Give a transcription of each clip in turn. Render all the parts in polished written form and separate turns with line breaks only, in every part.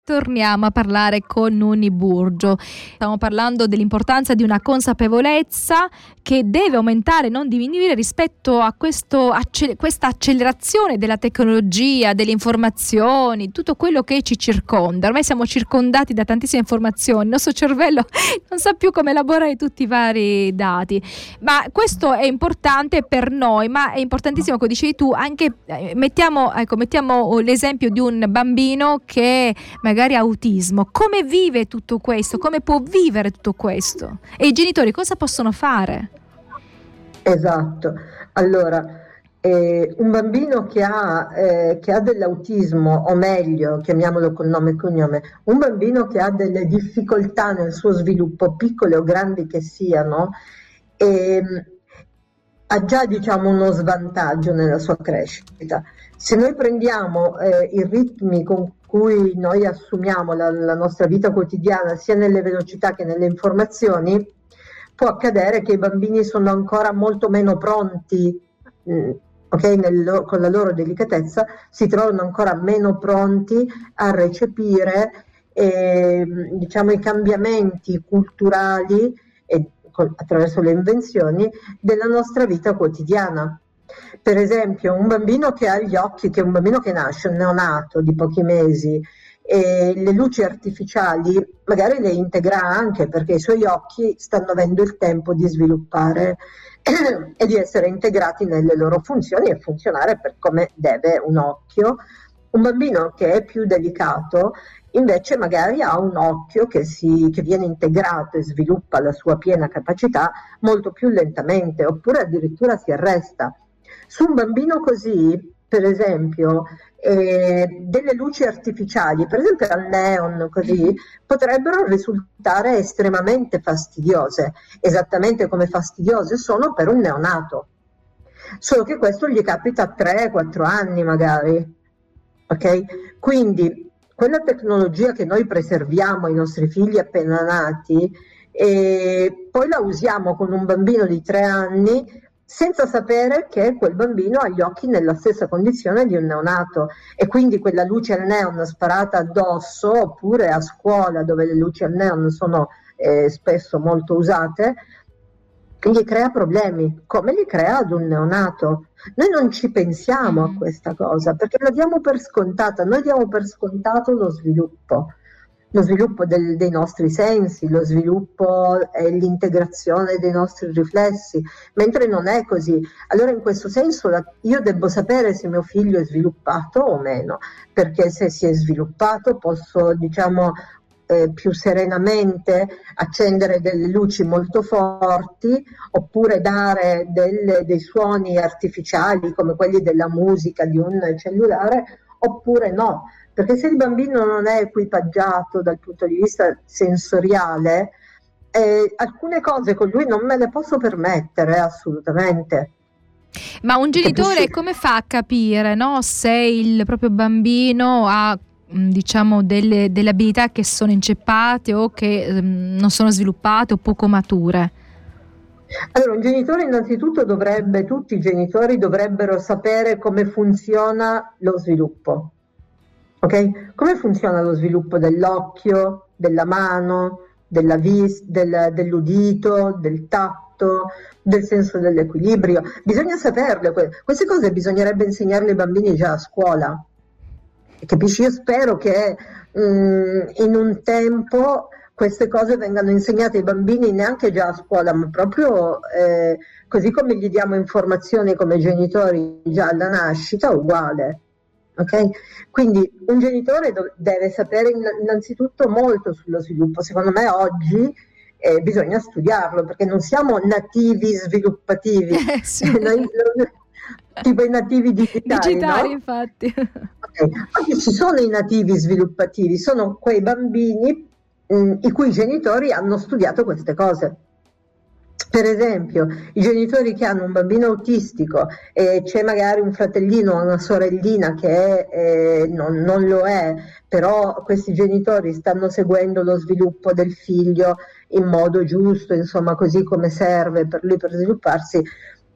Torniamo a parlare con Nuni Burgio. Stiamo parlando dell'importanza di una consapevolezza che deve aumentare, non diminuire, rispetto a questa accelerazione della tecnologia, delle informazioni, tutto quello che ci circonda. Ormai siamo circondati da tantissime informazioni, il nostro cervello non sa più come elaborare tutti i vari dati. Ma questo è importante per noi, ma è importantissimo, come dicevi tu, anche mettiamo l'esempio di un bambino che magari ha autismo. Come vive tutto questo? Come può vivere tutto questo? E i genitori cosa possono fare?
Esatto. Allora, un bambino che ha dell'autismo, o meglio, chiamiamolo con nome e cognome, un bambino che ha delle difficoltà nel suo sviluppo, piccole o grandi che siano, ha già, uno svantaggio nella sua crescita. Se noi prendiamo i ritmi con cui noi assumiamo la nostra vita quotidiana, sia nelle velocità che nelle informazioni, può accadere che i bambini sono ancora molto meno pronti, con la loro delicatezza, si trovano ancora meno pronti a recepire i cambiamenti culturali attraverso le invenzioni della nostra vita quotidiana. Per esempio, un bambino che ha gli occhi, che è un bambino che nasce, un neonato di pochi mesi, e le luci artificiali magari le integra anche perché i suoi occhi stanno avendo il tempo di sviluppare e di essere integrati nelle loro funzioni e funzionare per come deve un occhio. Un bambino che è più delicato invece magari ha un occhio che viene integrato e sviluppa la sua piena capacità molto più lentamente, oppure addirittura si arresta. Su un bambino così, per esempio, delle luci artificiali, per esempio al neon così, potrebbero risultare estremamente fastidiose, esattamente come fastidiose sono per un neonato. Solo che questo gli capita a 3-4 anni magari, ok? Quindi quella tecnologia che noi preserviamo ai nostri figli appena nati, e poi la usiamo con un bambino di 3 anni senza sapere che quel bambino ha gli occhi nella stessa condizione di un neonato, e quindi quella luce al neon sparata addosso, oppure a scuola dove le luci al neon sono spesso molto usate, gli crea problemi, come li crea ad un neonato. Noi non ci pensiamo a questa cosa perché la diamo per scontata. Noi diamo per scontato lo sviluppo dei nostri sensi, lo sviluppo e l'integrazione dei nostri riflessi, mentre non è così. Allora in questo senso io devo sapere se mio figlio è sviluppato o meno, perché se si è sviluppato posso, più serenamente accendere delle luci molto forti, oppure dare dei suoni artificiali come quelli della musica di un cellulare, oppure no. Perché se il bambino non è equipaggiato dal punto di vista sensoriale, alcune cose con lui non me le posso permettere assolutamente.
Ma un genitore come fa a capire, no, se il proprio bambino ha delle abilità che sono inceppate o che non sono sviluppate o poco mature?
Allora, un genitore innanzitutto tutti i genitori dovrebbero sapere come funziona lo sviluppo. Ok? Come funziona lo sviluppo dell'occhio, della mano, dell'udito, del tatto, del senso dell'equilibrio? Bisogna saperle. Queste cose bisognerebbe insegnarle ai bambini già a scuola. Capisci? Io spero che in un tempo queste cose vengano insegnate ai bambini neanche già a scuola, ma proprio così come gli diamo informazioni come genitori già alla nascita, uguale. Okay? Quindi un genitore deve sapere innanzitutto molto sullo sviluppo. Secondo me oggi bisogna studiarlo, perché non siamo nativi sviluppativi,
Sì.
tipo i nativi digitali, no?
Infatti.
Okay. Oggi ci sono i nativi sviluppativi, sono quei bambini i cui genitori hanno studiato queste cose. Per esempio, i genitori che hanno un bambino autistico e c'è magari un fratellino o una sorellina che non lo è, però questi genitori stanno seguendo lo sviluppo del figlio in modo giusto, insomma, così come serve per lui per svilupparsi.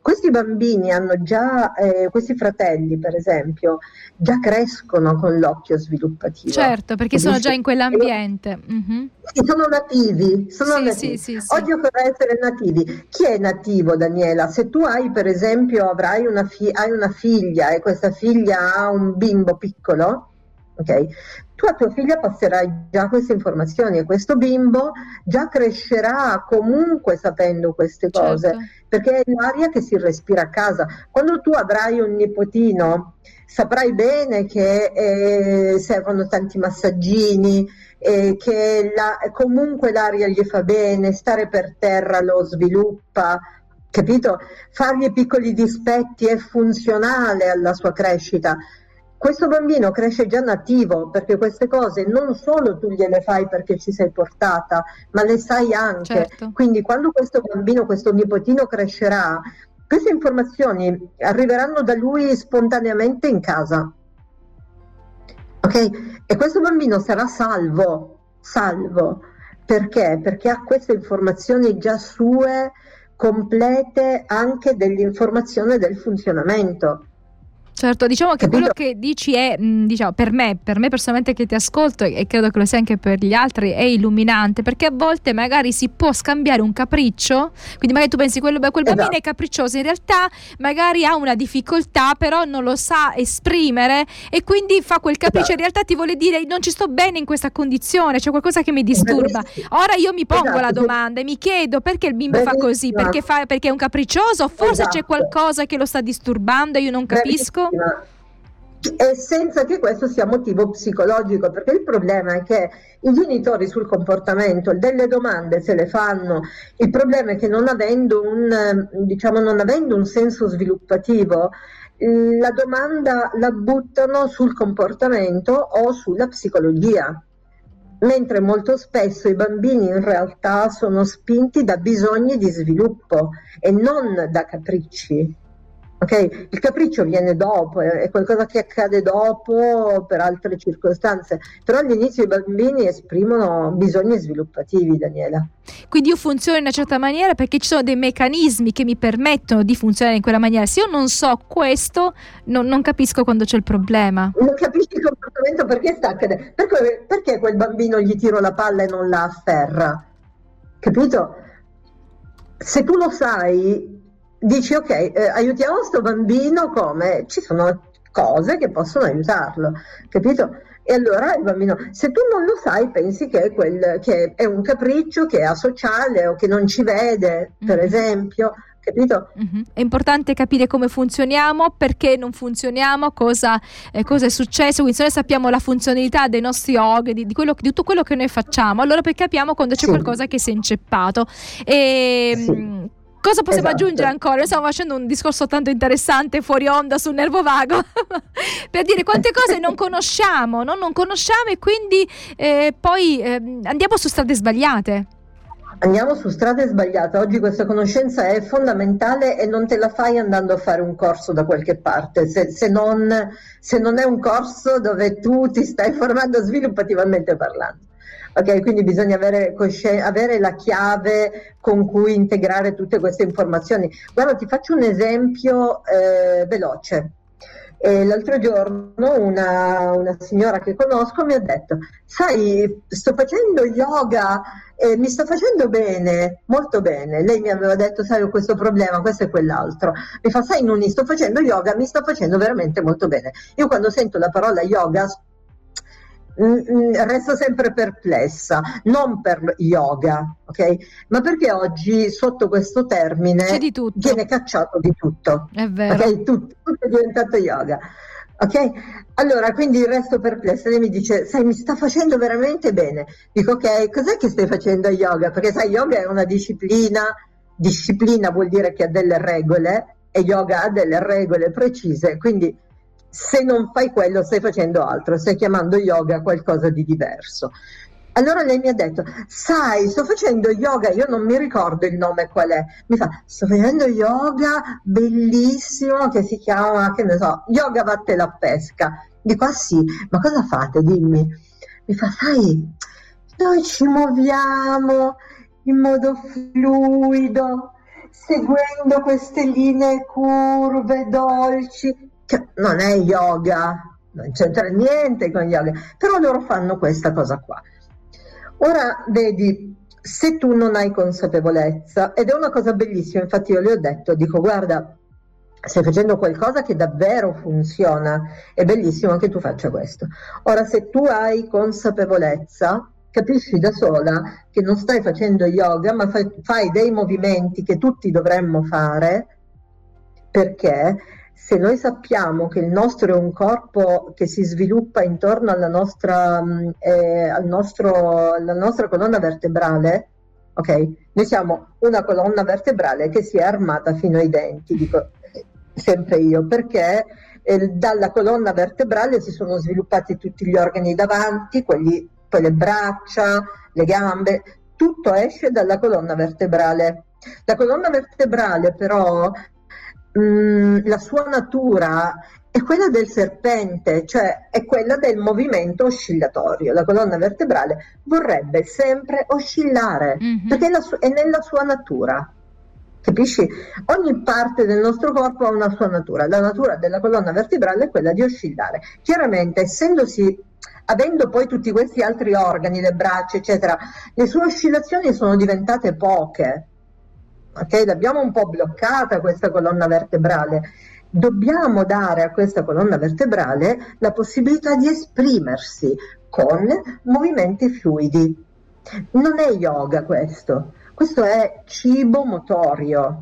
questi bambini hanno già, questi fratelli per esempio, già crescono con l'occhio sviluppativo.
Certo, perché sono già in quell'ambiente.
Sono nativi,
Sì.
Oggi occorre essere nativi. Chi è nativo, Daniela? Se tu hai, per esempio, hai una figlia e questa figlia ha un bimbo piccolo, ok? Tu a tua figlia passerai già queste informazioni e questo bimbo già crescerà comunque sapendo queste cose,
Certo.
perché è l'aria che si respira a casa. Quando tu avrai un nipotino, saprai bene che servono tanti massaggini, che comunque l'aria gli fa bene, stare per terra lo sviluppa, capito? Fargli piccoli dispetti è funzionale alla sua crescita. Questo bambino cresce già nativo, perché queste cose non solo tu gliele fai perché ci sei portata, ma le sai anche.
Certo.
Quindi quando questo bambino, questo nipotino crescerà, queste informazioni arriveranno da lui spontaneamente in casa. Ok? E questo bambino sarà salvo. Perché? Perché ha queste informazioni già sue, complete anche dell'informazione del funzionamento.
Certo, diciamo che
Capito?
quello che dici è, diciamo, per me personalmente che ti ascolto, e credo che lo sia anche per gli altri, è illuminante, perché a volte magari si può scambiare un capriccio, quindi magari tu pensi quel bambino è capriccioso, in realtà magari ha una difficoltà, però non lo sa esprimere e quindi fa quel capriccio, in realtà ti vuole dire non ci sto bene in questa condizione, c'è qualcosa che mi disturba. Ora io mi pongo la domanda e mi chiedo perché il bimbo fa così, perché è un capriccioso, forse c'è qualcosa che lo sta disturbando e io non capisco.
E senza che questo sia motivo psicologico, perché il problema è che i genitori sul comportamento delle domande se le fanno. Il problema è che non avendo un senso sviluppativo, la domanda la buttano sul comportamento o sulla psicologia, mentre molto spesso i bambini in realtà sono spinti da bisogni di sviluppo e non da capricci. Okay? Il capriccio viene dopo, è qualcosa che accade dopo per altre circostanze, però all'inizio i bambini esprimono bisogni sviluppativi, Daniela.
Quindi io funziono in una certa maniera perché ci sono dei meccanismi che mi permettono di funzionare in quella maniera. Se io non so questo, non capisco quando c'è il problema.
Non capisci il comportamento, perché sta accadendo? Perché quel bambino gli tiro la palla e non la afferra? Capito? Se tu lo sai, dici ok, aiutiamo sto bambino, come? Ci sono cose che possono aiutarlo, capito? E allora il bambino, se tu non lo sai, pensi che è un capriccio, che è asociale o che non ci vede, per esempio, capito?
È importante capire come funzioniamo, perché non funzioniamo, cosa è successo, quindi se noi sappiamo la funzionalità dei nostri organi, di tutto quello che noi facciamo, allora poi capiamo quando c'è qualcosa che si è inceppato. Cosa possiamo aggiungere ancora? Noi stiamo facendo un discorso tanto interessante fuori onda sul nervo vago per dire quante cose non conosciamo e quindi poi andiamo su strade sbagliate.
Andiamo su strade sbagliate. Oggi questa conoscenza è fondamentale e non te la fai andando a fare un corso da qualche parte, se non è un corso dove tu ti stai formando sviluppativamente parlando. Ok, quindi bisogna avere la chiave con cui integrare tutte queste informazioni. Guarda, ti faccio un esempio veloce. L'altro giorno una signora che conosco mi ha detto: sai, sto facendo yoga e mi sta facendo bene, molto bene. Lei mi aveva detto: sai, ho questo problema, questo e quell'altro. Mi fa: sai, Nuni, sto facendo yoga, mi sta facendo veramente molto bene. Io quando sento la parola yoga resto sempre perplessa, non per yoga, ok? Ma perché oggi sotto questo termine viene cacciato di tutto.
È vero.
Okay? Tutto è diventato yoga. Ok? Allora, quindi resto perplessa. Lei mi dice: sai, mi sta facendo veramente bene. Dico: ok, cos'è che stai facendo yoga? Perché sai, yoga è una disciplina vuol dire che ha delle regole e yoga ha delle regole precise, quindi se non fai quello stai facendo altro, stai chiamando yoga qualcosa di diverso. Allora lei mi ha detto: sai, sto facendo yoga, io non mi ricordo il nome qual è, mi fa: sto facendo yoga bellissimo che si chiama, che ne so, Yoga Vatte la Pesca. Dico: ah sì, ma cosa fate, dimmi? Mi fa: sai, noi ci muoviamo in modo fluido, seguendo queste linee curve, dolci, che non è yoga, non c'entra niente con yoga, però loro fanno questa cosa qua. Ora vedi, se tu non hai consapevolezza, ed è una cosa bellissima, infatti io le ho detto, dico guarda, stai facendo qualcosa che davvero funziona, è bellissimo che tu faccia questo. Ora, se tu hai consapevolezza, capisci da sola che non stai facendo yoga, ma fai dei movimenti che tutti dovremmo fare, perché se noi sappiamo che il nostro è un corpo che si sviluppa intorno alla nostra colonna vertebrale, ok? Noi siamo una colonna vertebrale che si è armata fino ai denti, dico sempre io, perché dalla colonna vertebrale si sono sviluppati tutti gli organi davanti, poi le braccia, le gambe, tutto esce dalla colonna vertebrale. La colonna vertebrale però, la sua natura è quella del serpente, cioè è quella del movimento oscillatorio. La colonna vertebrale vorrebbe sempre oscillare, perché è nella sua natura. Capisci? Ogni parte del nostro corpo ha una sua natura. La natura della colonna vertebrale è quella di oscillare. Chiaramente, avendo poi tutti questi altri organi, le braccia, eccetera, le sue oscillazioni sono diventate poche. Ok? L'abbiamo un po' bloccata questa colonna vertebrale. Dobbiamo dare a questa colonna vertebrale la possibilità di esprimersi con movimenti fluidi. Non è yoga questo è cibo motorio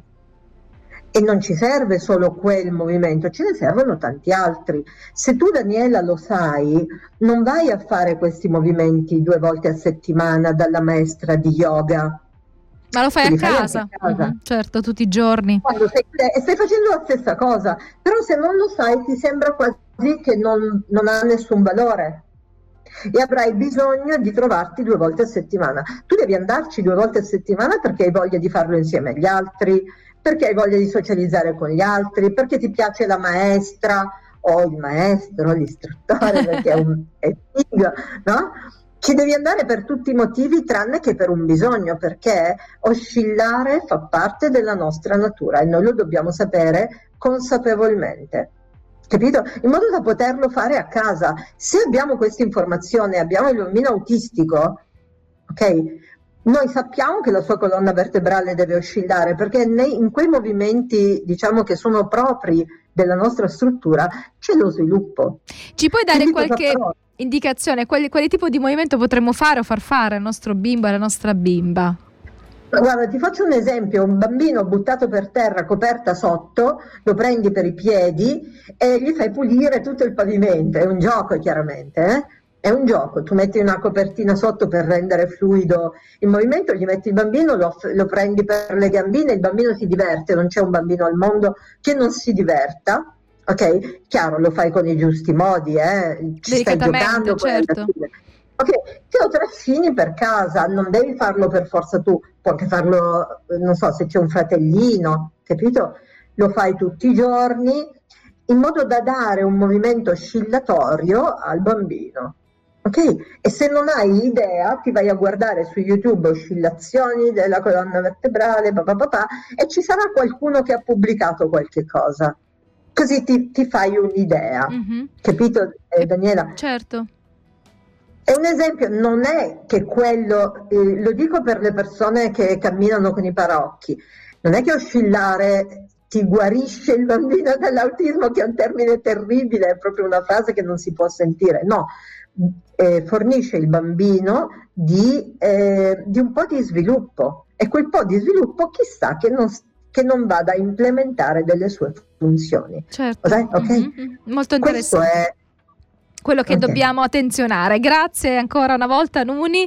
e non ci serve solo quel movimento, ce ne servono tanti altri. Se tu, Daniela, lo sai, non vai a fare questi movimenti 2 volte a settimana dalla maestra di yoga.
Ma lo fai a casa. Certo, tutti i giorni.
Quando stai facendo la stessa cosa, però se non lo sai ti sembra quasi che non ha nessun valore. E avrai bisogno di trovarti 2 volte a settimana. Tu devi andarci 2 volte a settimana perché hai voglia di farlo insieme agli altri, perché hai voglia di socializzare con gli altri, perché ti piace la maestra o il maestro, l'istruttore, perché è figo, no? Ci devi andare per tutti i motivi tranne che per un bisogno, perché oscillare fa parte della nostra natura e noi lo dobbiamo sapere consapevolmente. Capito? In modo da poterlo fare a casa. Se abbiamo questa informazione, abbiamo il bambino autistico, ok? Noi sappiamo che la sua colonna vertebrale deve oscillare perché in quei movimenti, diciamo, che sono propri della nostra struttura, c'è lo sviluppo.
Ci puoi dare qualche indicazione? Quale tipo di movimento potremmo fare o far fare al nostro bimbo e alla nostra bimba?
Guarda, ti faccio un esempio: un bambino buttato per terra, coperta sotto, lo prendi per i piedi e gli fai pulire tutto il pavimento. È un gioco, chiaramente, È un gioco. Tu metti una copertina sotto per rendere fluido il movimento, gli metti il bambino, lo prendi per le gambine, il bambino si diverte, non c'è un bambino al mondo che non si diverta. Ok? Chiaro, lo fai con i giusti modi, ci stai giocando.
Certo.
Ok, te lo trascini per casa, non devi farlo per forza tu, puoi anche farlo, non so, se c'è un fratellino, capito? Lo fai tutti i giorni in modo da dare un movimento oscillatorio al bambino. Ok? E se non hai idea, ti vai a guardare su YouTube oscillazioni della colonna vertebrale, e ci sarà qualcuno che ha pubblicato qualche cosa. Così ti fai un'idea. Capito, Daniela?
Certo.
È un esempio, non è che quello, lo dico per le persone che camminano con i paraocchi, non è che oscillare ti guarisce il bambino dall'autismo, che è un termine terribile, è proprio una frase che non si può sentire, no, fornisce il bambino di un po' di sviluppo, e quel po' di sviluppo chissà che non vada a implementare delle sue funzioni.
Certo.
Okay?
Molto interessante.
Questo è
quello che dobbiamo attenzionare. Grazie ancora una volta, Nuni,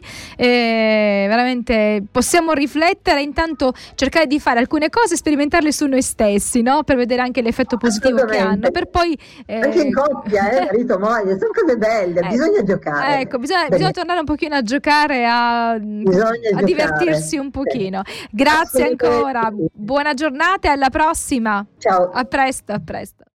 veramente possiamo riflettere, intanto cercare di fare alcune cose, sperimentarle su noi stessi, no? Per vedere anche l'effetto positivo che hanno, per poi
anche in coppia, marito, moglie, sono cose belle, bisogna giocare.
Ecco, bisogna tornare un pochino a giocare, a divertirsi un pochino. Grazie ancora, buona giornata e alla prossima.
Ciao.
A presto.